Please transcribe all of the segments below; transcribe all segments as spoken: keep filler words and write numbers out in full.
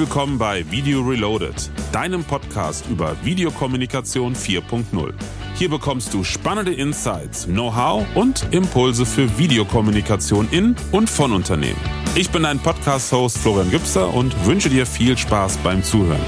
willkommen bei Video Reloaded, deinem Podcast über Videokommunikation vier Punkt null. Hier bekommst du spannende Insights, Know-how und Impulse für Videokommunikation in und von Unternehmen. Ich bin dein Podcast-Host Florian Gübser und wünsche dir viel Spaß beim Zuhören.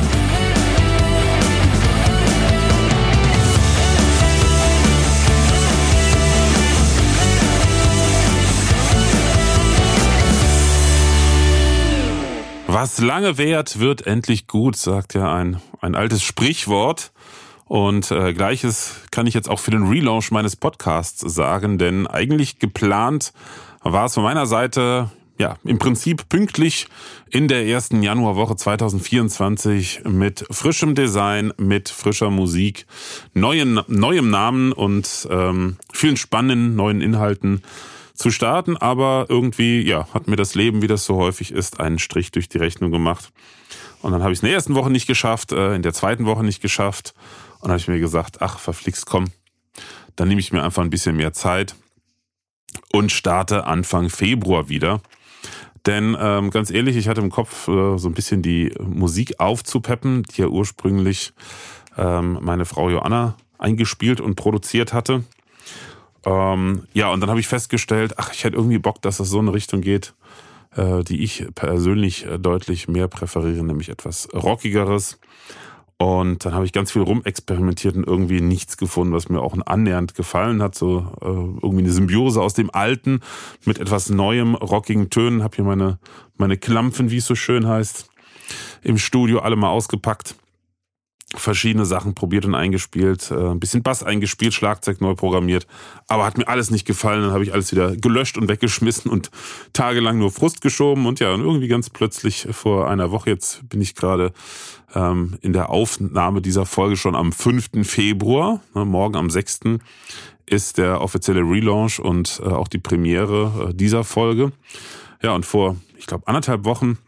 Was lange währt, wird endlich gut, sagt ja ein, ein altes Sprichwort. Und äh, Gleiches kann ich jetzt auch für den Relaunch meines Podcasts sagen, denn eigentlich geplant war es von meiner Seite, ja, im Prinzip pünktlich in der ersten Januarwoche zwanzig vierundzwanzig mit frischem Design, mit frischer Musik, neuen, neuem Namen und ähm, vielen spannenden neuen Inhalten zu starten, aber irgendwie, ja, hat mir das Leben, wie das so häufig ist, einen Strich durch die Rechnung gemacht. Und dann habe ich es in der ersten Woche nicht geschafft, äh, in der zweiten Woche nicht geschafft. Und dann habe ich mir gesagt, ach, verflixt, komm, dann nehme ich mir einfach ein bisschen mehr Zeit und starte Anfang Februar wieder. Denn ähm, ganz ehrlich, ich hatte im Kopf äh, so ein bisschen die Musik aufzupeppen, die ja ursprünglich ähm, meine Frau Joanna eingespielt und produziert hatte. Ähm, ja, und dann habe ich festgestellt, ach, ich hätte irgendwie Bock, dass das so in eine Richtung geht, äh, die ich persönlich äh, deutlich mehr präferiere, nämlich etwas Rockigeres. Und dann habe ich ganz viel rumexperimentiert und irgendwie nichts gefunden, was mir auch annähernd gefallen hat. So äh, irgendwie eine Symbiose aus dem Alten mit etwas neuem, rockigen Tönen. Habe hier meine, meine Klampfen, wie es so schön heißt, im Studio alle mal ausgepackt. Verschiedene Sachen probiert und eingespielt, äh, ein bisschen Bass eingespielt, Schlagzeug neu programmiert, aber hat mir alles nicht gefallen, dann habe ich alles wieder gelöscht und weggeschmissen und tagelang nur Frust geschoben und ja, und irgendwie ganz plötzlich vor einer Woche, jetzt bin ich gerade ähm, in der Aufnahme dieser Folge schon am fünften Februar, ne, morgen am sechsten ist der offizielle Relaunch und äh, auch die Premiere äh, dieser Folge. Ja, und vor, ich glaube, anderthalb Wochen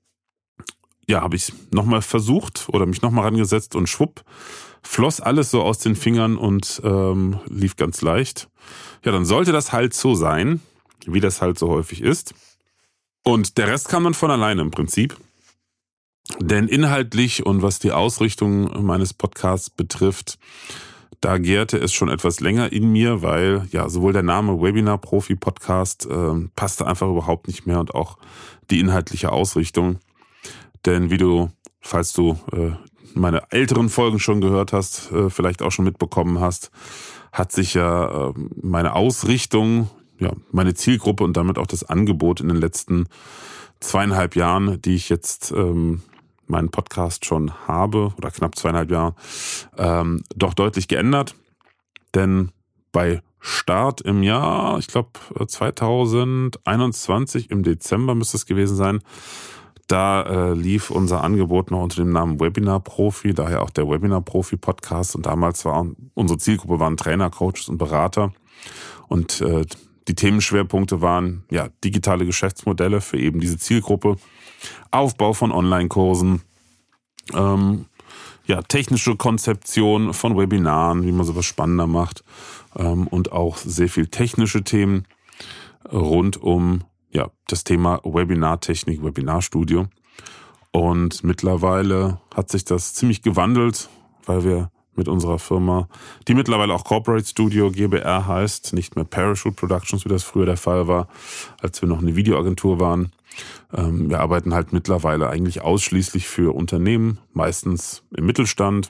ja, habe ich nochmal versucht oder mich nochmal rangesetzt und schwupp, floss alles so aus den Fingern und ähm, lief ganz leicht. Ja, dann sollte das halt so sein, wie das halt so häufig ist. Und der Rest kam dann von alleine im Prinzip. Denn inhaltlich und was die Ausrichtung meines Podcasts betrifft, da gärte es schon etwas länger in mir, weil ja sowohl der Name Webinar-Profi-Podcast äh, passte einfach überhaupt nicht mehr und auch die inhaltliche Ausrichtung. Denn wie du, falls du äh, meine älteren Folgen schon gehört hast, äh, vielleicht auch schon mitbekommen hast, hat sich ja äh, meine Ausrichtung, ja, meine Zielgruppe und damit auch das Angebot in den letzten zweieinhalb Jahren, die ich jetzt ähm, meinen Podcast schon habe, oder knapp zweieinhalb Jahre, ähm, doch deutlich geändert. Denn bei Start im Jahr, ich glaube zwanzig einundzwanzig, im Dezember müsste es gewesen sein, Da äh, lief unser Angebot noch unter dem Namen Webinar Profi, daher auch der Webinar Profi Podcast. Und damals war unsere Zielgruppe waren Trainer, Coaches und Berater. Und äh, die Themenschwerpunkte waren ja digitale Geschäftsmodelle für eben diese Zielgruppe, Aufbau von Online-Kursen, ähm, ja technische Konzeption von Webinaren, wie man sowas spannender macht, ähm, und auch sehr viel technische Themen rund um ja, das Thema Webinartechnik, Webinarstudio. Und mittlerweile hat sich das ziemlich gewandelt, weil wir mit unserer Firma, die mittlerweile auch Corporate Studio G b R heißt, nicht mehr Parachute Productions, wie das früher der Fall war, als wir noch eine Videoagentur waren. Wir arbeiten halt mittlerweile eigentlich ausschließlich für Unternehmen, meistens im Mittelstand,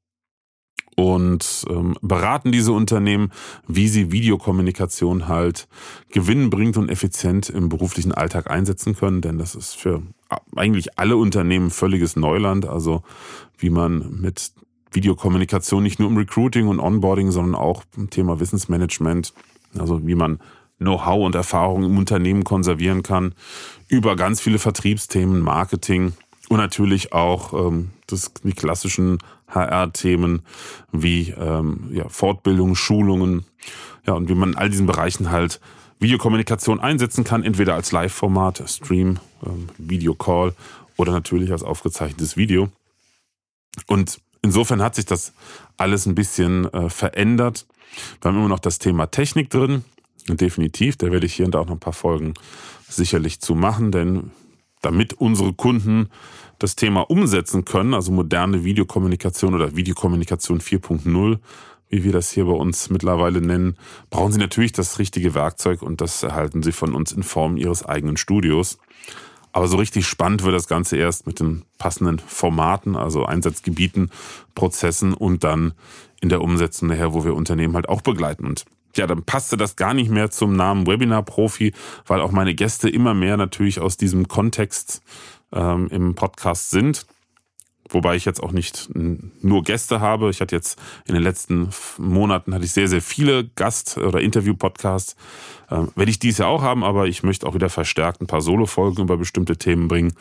und ähm, beraten diese Unternehmen, wie sie Videokommunikation halt gewinnbringend und effizient im beruflichen Alltag einsetzen können, denn das ist für eigentlich alle Unternehmen völliges Neuland, also wie man mit Videokommunikation nicht nur im Recruiting und Onboarding, sondern auch im Thema Wissensmanagement, also wie man Know-how und Erfahrung im Unternehmen konservieren kann, über ganz viele Vertriebsthemen, Marketing und natürlich auch ähm, das, die klassischen H R-Themen wie ähm, ja, Fortbildung, Schulungen, ja, und wie man in all diesen Bereichen halt Videokommunikation einsetzen kann, entweder als Live-Format, Stream, ähm, Videocall oder natürlich als aufgezeichnetes Video. Und insofern hat sich das alles ein bisschen äh, verändert. Wir haben immer noch das Thema Technik drin, definitiv, da werde ich hier und da auch noch ein paar Folgen sicherlich zu machen, denn damit unsere Kunden das Thema umsetzen können, also moderne Videokommunikation oder Videokommunikation vier Punkt null, wie wir das hier bei uns mittlerweile nennen, brauchen sie natürlich das richtige Werkzeug und das erhalten sie von uns in Form ihres eigenen Studios. Aber so richtig spannend wird das Ganze erst mit den passenden Formaten, also Einsatzgebieten, Prozessen und dann in der Umsetzung nachher, wo wir Unternehmen halt auch begleiten. Und ja, dann passte das gar nicht mehr zum Namen Webinar-Profi, weil auch meine Gäste immer mehr natürlich aus diesem Kontext ähm, im Podcast sind. Wobei ich jetzt auch nicht nur Gäste habe. Ich hatte jetzt in den letzten Monaten hatte ich sehr, sehr viele Gast- oder Interview-Podcasts. Ähm, werde ich dies Jahr auch haben, aber ich möchte auch wieder verstärkt ein paar Solo-Folgen über bestimmte Themen bringen.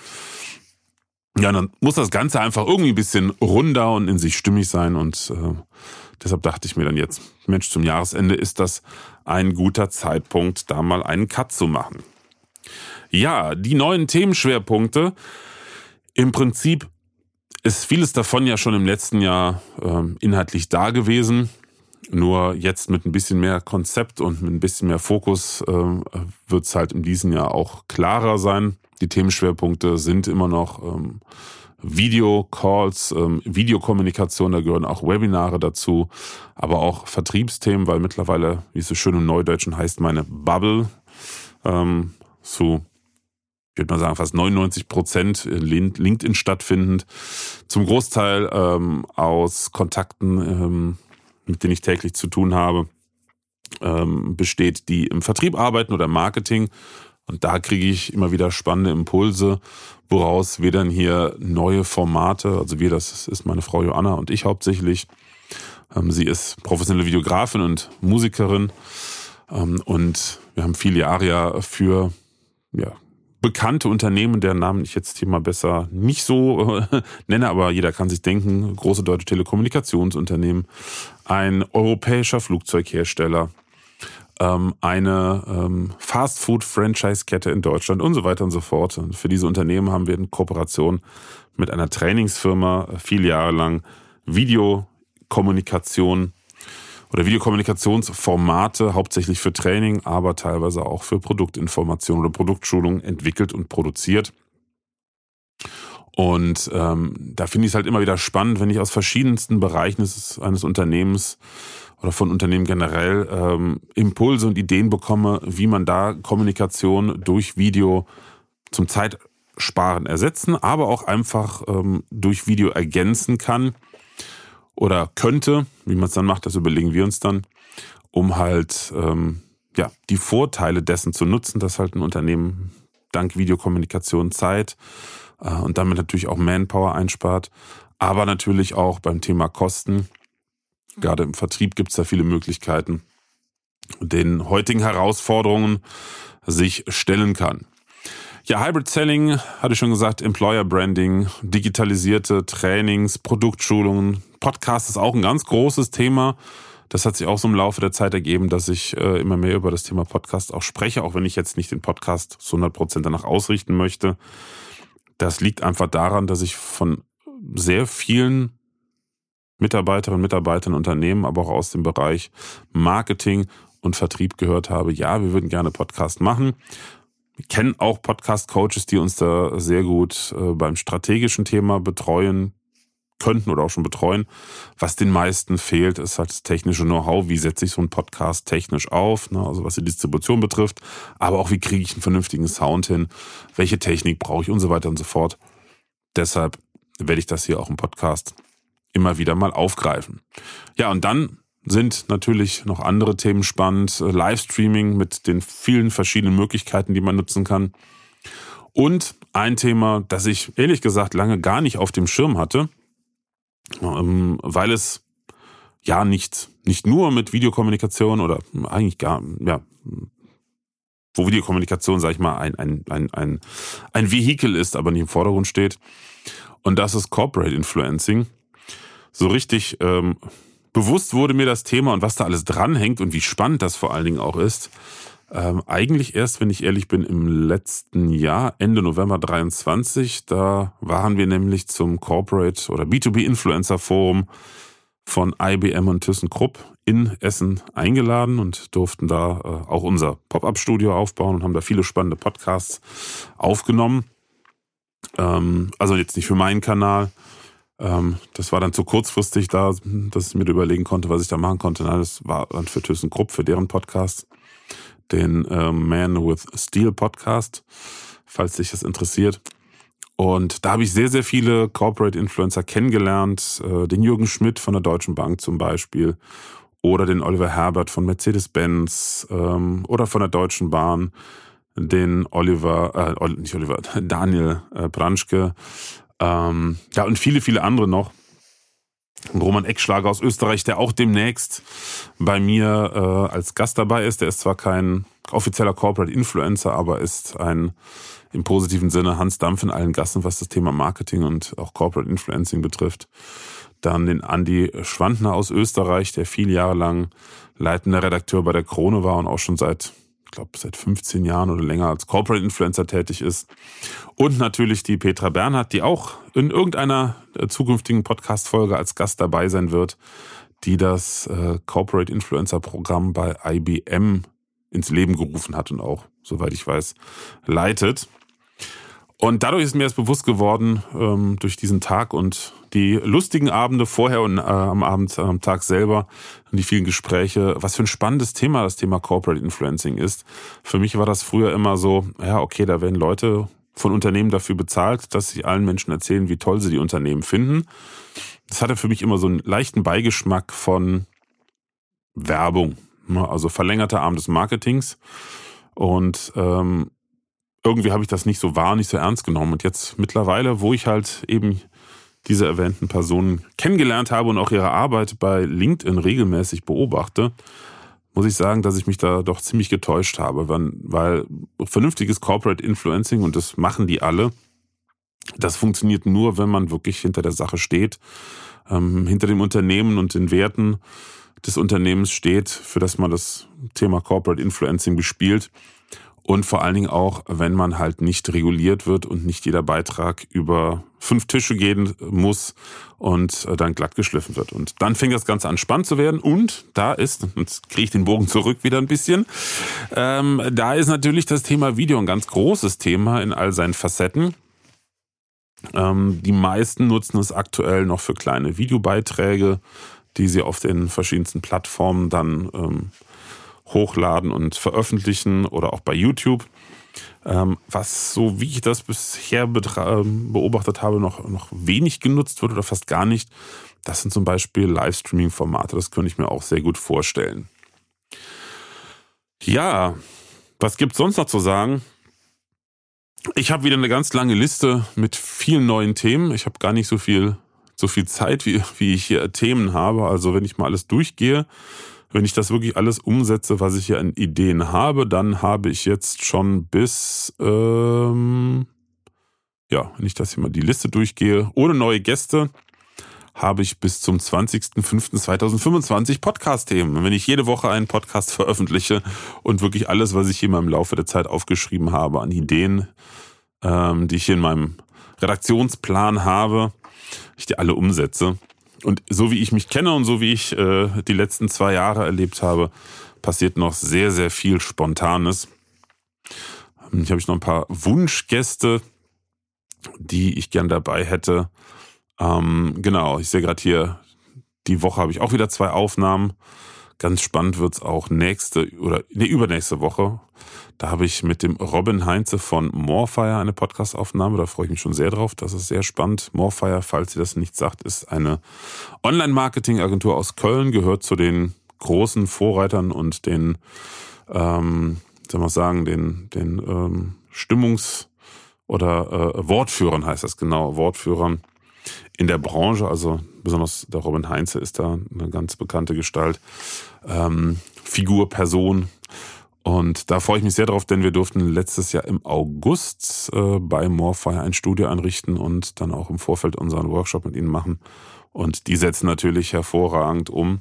Ja, dann muss das Ganze einfach irgendwie ein bisschen runder und in sich stimmig sein und äh, deshalb dachte ich mir dann jetzt, Mensch, zum Jahresende ist das ein guter Zeitpunkt, da mal einen Cut zu machen. Ja, die neuen Themenschwerpunkte. Im Prinzip ist vieles davon ja schon im letzten Jahr äh, inhaltlich da gewesen. Nur jetzt mit ein bisschen mehr Konzept und mit ein bisschen mehr Fokus äh, wird es halt in diesem Jahr auch klarer sein. Die Themenschwerpunkte sind immer noch ähm, Videocalls, ähm, Videokommunikation, da gehören auch Webinare dazu, aber auch Vertriebsthemen, weil mittlerweile, wie es so schön im Neudeutschen heißt, meine Bubble ähm, zu, ich würde mal sagen, fast neunundneunzig Prozent LinkedIn stattfindend, zum Großteil ähm, aus Kontakten, ähm, mit denen ich täglich zu tun habe, ähm, besteht, die im Vertrieb arbeiten oder im Marketing. Und da kriege ich immer wieder spannende Impulse, woraus wir dann hier neue Formate, also wir, das ist meine Frau Joanna und ich hauptsächlich. Ähm, sie ist professionelle Videografin und Musikerin. Ähm, und wir haben viele Jahre ja für ja, bekannte Unternehmen, deren Namen ich jetzt hier mal besser nicht so äh, nenne, aber jeder kann sich denken, große deutsche Telekommunikationsunternehmen, ein europäischer Flugzeughersteller, ähm, eine ähm, Fast-Food-Franchise-Kette in Deutschland und so weiter und so fort. Und für diese Unternehmen haben wir in Kooperation mit einer Trainingsfirma viele Jahre lang Videokommunikation oder Videokommunikationsformate hauptsächlich für Training, aber teilweise auch für Produktinformation oder Produktschulung entwickelt und produziert. Und ähm, da finde ich es halt immer wieder spannend, wenn ich aus verschiedensten Bereichen des, eines Unternehmens oder von Unternehmen generell ähm, Impulse und Ideen bekomme, wie man da Kommunikation durch Video zum Zeitsparen ersetzen, aber auch einfach ähm, durch Video ergänzen kann. Oder könnte, wie man es dann macht, das überlegen wir uns dann, um halt ähm, ja die Vorteile dessen zu nutzen, dass halt ein Unternehmen dank Videokommunikation Zeit äh, und damit natürlich auch Manpower einspart, aber natürlich auch beim Thema Kosten. Gerade im Vertrieb gibt es da viele Möglichkeiten, den heutigen Herausforderungen sich stellen kann. Ja, Hybrid Selling, hatte ich schon gesagt, Employer Branding, digitalisierte Trainings, Produktschulungen, Podcast ist auch ein ganz großes Thema. Das hat sich auch so im Laufe der Zeit ergeben, dass ich äh, immer mehr über das Thema Podcast auch spreche, auch wenn ich jetzt nicht den Podcast zu hundert Prozent danach ausrichten möchte. Das liegt einfach daran, dass ich von sehr vielen Mitarbeiterinnen und Mitarbeitern, Unternehmen, aber auch aus dem Bereich Marketing und Vertrieb gehört habe, ja, wir würden gerne Podcast machen. Wir kennen auch Podcast-Coaches, die uns da sehr gut äh, beim strategischen Thema betreuen könnten oder auch schon betreuen. Was den meisten fehlt, ist halt das technische Know-how. Wie setze ich so einen Podcast technisch auf, ne? Also was die Distribution betrifft, aber auch wie kriege ich einen vernünftigen Sound hin, welche Technik brauche ich und so weiter und so fort. Deshalb werde ich das hier auch im Podcast immer wieder mal aufgreifen. Ja, und dann sind natürlich noch andere Themen spannend. Livestreaming mit den vielen verschiedenen Möglichkeiten, die man nutzen kann. Und ein Thema, das ich ehrlich gesagt lange gar nicht auf dem Schirm hatte, weil es ja nicht, nicht nur mit Videokommunikation oder eigentlich gar, ja, wo Videokommunikation, sag ich mal, ein, ein, ein, ein, ein Vehikel ist, aber nicht im Vordergrund steht. Und das ist Corporate Influencing. So richtig ähm, bewusst wurde mir das Thema und was da alles dranhängt und wie spannend das vor allen Dingen auch ist, ähm, eigentlich erst, wenn ich ehrlich bin, im letzten Jahr, Ende November dreiundzwanzig, da waren wir nämlich zum Corporate oder B zwei B Influencer Forum von I B M und ThyssenKrupp in Essen eingeladen und durften da äh, auch unser Pop-up-Studio aufbauen und haben da viele spannende Podcasts aufgenommen. Ähm, also jetzt nicht für meinen Kanal. Ähm, das war dann zu kurzfristig da, dass ich mir überlegen konnte, was ich da machen konnte. Nein, das war dann für ThyssenKrupp, für deren Podcast, den äh, Man with Steel Podcast, falls dich das interessiert. Und da habe ich sehr, sehr viele Corporate Influencer kennengelernt. Äh, den Jürgen Schmidt von der Deutschen Bank zum Beispiel. Oder den Oliver Herbert von Mercedes-Benz. Ähm, oder von der Deutschen Bahn. Den Oliver, äh, nicht Oliver, Daniel äh, Branschke. Ähm, ja, und viele, viele andere noch. Und Roman Eckschlager aus Österreich, der auch demnächst bei mir äh, als Gast dabei ist. Der ist zwar kein offizieller Corporate Influencer, aber ist ein im positiven Sinne Hans Dampf in allen Gassen, was das Thema Marketing und auch Corporate Influencing betrifft. Dann den Andi Schwandner aus Österreich, der viele Jahre lang leitender Redakteur bei der Krone war und auch schon seit, ich glaube, seit fünfzehn Jahren oder länger als Corporate Influencer tätig ist. Und natürlich die Petra Bernhardt, die auch in irgendeiner zukünftigen Podcast-Folge als Gast dabei sein wird, die das äh, Corporate Influencer Programm bei I B M ins Leben gerufen hat und auch, soweit ich weiß, leitet. Und dadurch ist mir erst bewusst geworden, ähm, durch diesen Tag und die lustigen Abende vorher und äh, am Abend, am Tag selber und die vielen Gespräche, was für ein spannendes Thema das Thema Corporate Influencing ist. Für mich war das früher immer so, ja okay, da werden Leute von Unternehmen dafür bezahlt, dass sie allen Menschen erzählen, wie toll sie die Unternehmen finden. Das hatte für mich immer so einen leichten Beigeschmack von Werbung, also verlängerter Arm des Marketings. Und ähm, irgendwie habe ich das nicht so wahr, nicht so ernst genommen. Und jetzt mittlerweile, wo ich halt eben diese erwähnten Personen kennengelernt habe und auch ihre Arbeit bei LinkedIn regelmäßig beobachte, muss ich sagen, dass ich mich da doch ziemlich getäuscht habe. Weil vernünftiges Corporate Influencing, und das machen die alle, das funktioniert nur, wenn man wirklich hinter der Sache steht, ähm, hinter dem Unternehmen und den Werten des Unternehmens steht, für das man das Thema Corporate Influencing bespielt. Und vor allen Dingen auch, wenn man halt nicht reguliert wird und nicht jeder Beitrag über fünf Tische gehen muss und dann glatt geschliffen wird. Und dann fängt das Ganze an spannend zu werden. Und da ist, jetzt kriege ich den Bogen zurück wieder ein bisschen, ähm, da ist natürlich das Thema Video ein ganz großes Thema in all seinen Facetten. Ähm, die meisten nutzen es aktuell noch für kleine Videobeiträge, die sie auf den verschiedensten Plattformen dann ähm, hochladen und veröffentlichen oder auch bei YouTube. Ähm, was, so wie ich das bisher betra- beobachtet habe, noch, noch wenig genutzt wird oder fast gar nicht, das sind zum Beispiel Livestreaming-Formate. Das könnte ich mir auch sehr gut vorstellen. Ja, was gibt's sonst noch zu sagen? Ich habe wieder eine ganz lange Liste mit vielen neuen Themen. Ich habe gar nicht so viel, so viel Zeit, wie, wie ich hier Themen habe. Also wenn ich mal alles durchgehe, wenn ich das wirklich alles umsetze, was ich hier an Ideen habe, dann habe ich jetzt schon bis, ähm, ja, wenn ich das hier mal die Liste durchgehe, ohne neue Gäste, habe ich bis zum zwanzigsten fünften zweitausendfünfundzwanzig Podcast-Themen. Und wenn ich jede Woche einen Podcast veröffentliche und wirklich alles, was ich hier mal im Laufe der Zeit aufgeschrieben habe an Ideen, ähm, die ich hier in meinem Redaktionsplan habe, ich die alle umsetze. Und so wie ich mich kenne und so wie ich äh, die letzten zwei Jahre erlebt habe, passiert noch sehr, sehr viel Spontanes. Hier habe ich noch ein paar Wunschgäste, die ich gern dabei hätte. Ähm, genau, ich sehe gerade hier, die Woche habe ich auch wieder zwei Aufnahmen. Ganz spannend wird's auch nächste oder nee, übernächste Woche. Da habe ich mit dem Robin Heinze von Morefire eine Podcast-Aufnahme. Da freue ich mich schon sehr drauf. Das ist sehr spannend. Morefire, falls ihr das nicht sagt, ist eine Online-Marketing-Agentur aus Köln, gehört zu den großen Vorreitern und den, ähm, soll man sagen, den, den ähm, Stimmungs- oder äh, Wortführern heißt das genau, Wortführern in der Branche. Also besonders der Robin Heinze ist da eine ganz bekannte Gestalt, ähm, Figur, Person. Und da freue ich mich sehr drauf, denn wir durften letztes Jahr im August äh, bei Morefire ein Studio einrichten und dann auch im Vorfeld unseren Workshop mit ihnen machen. Und die setzen natürlich hervorragend um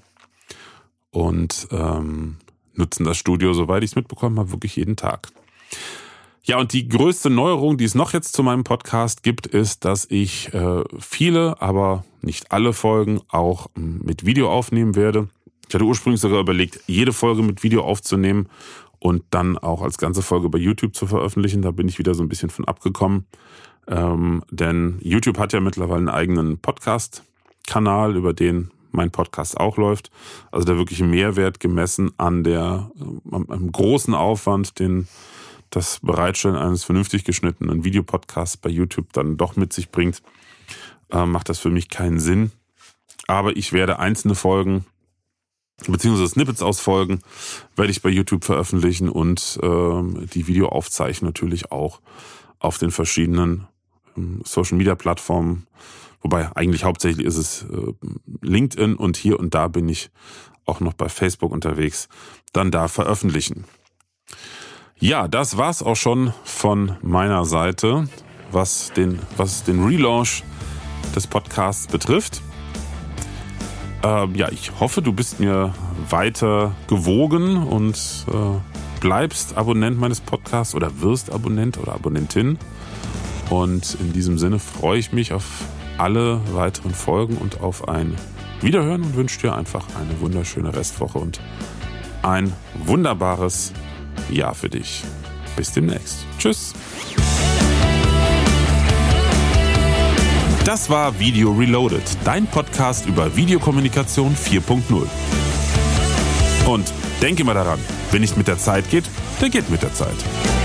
und ähm, nutzen das Studio, soweit ich es mitbekommen habe, wirklich jeden Tag. Ja, und die größte Neuerung, die es noch jetzt zu meinem Podcast gibt, ist, dass ich äh, viele, aber nicht alle Folgen auch mit Video aufnehmen werde. Ich hatte ursprünglich sogar überlegt, jede Folge mit Video aufzunehmen und dann auch als ganze Folge bei YouTube zu veröffentlichen. Da bin ich wieder so ein bisschen von abgekommen. Ähm, denn YouTube hat ja mittlerweile einen eigenen Podcast-Kanal, über den mein Podcast auch läuft. Also der wirkliche Mehrwert gemessen an der, am, am großen Aufwand, den das Bereitstellen eines vernünftig geschnittenen Videopodcasts bei YouTube dann doch mit sich bringt, äh, macht das für mich keinen Sinn. Aber ich werde einzelne Folgen beziehungsweise Snippets aus Folgen werde ich bei YouTube veröffentlichen und äh, die Videoaufzeichnung natürlich auch auf den verschiedenen ähm, Social-Media-Plattformen. Wobei eigentlich hauptsächlich ist es äh, LinkedIn und hier und da bin ich auch noch bei Facebook unterwegs, dann da veröffentlichen. Ja, das war's auch schon von meiner Seite, was den, was den Relaunch des Podcasts betrifft. Ähm, ja, ich hoffe, du bist mir weiter gewogen und äh, bleibst Abonnent meines Podcasts oder wirst Abonnent oder Abonnentin. Und in diesem Sinne freue ich mich auf alle weiteren Folgen und auf ein Wiederhören und wünsche dir einfach eine wunderschöne Restwoche und ein wunderbares Jahr für dich. Bis demnächst. Tschüss. Das war Video Reloaded, dein Podcast über Videokommunikation vier Punkt null. Und denke immer daran, wenn nicht mit der Zeit geht, dann geht mit der Zeit.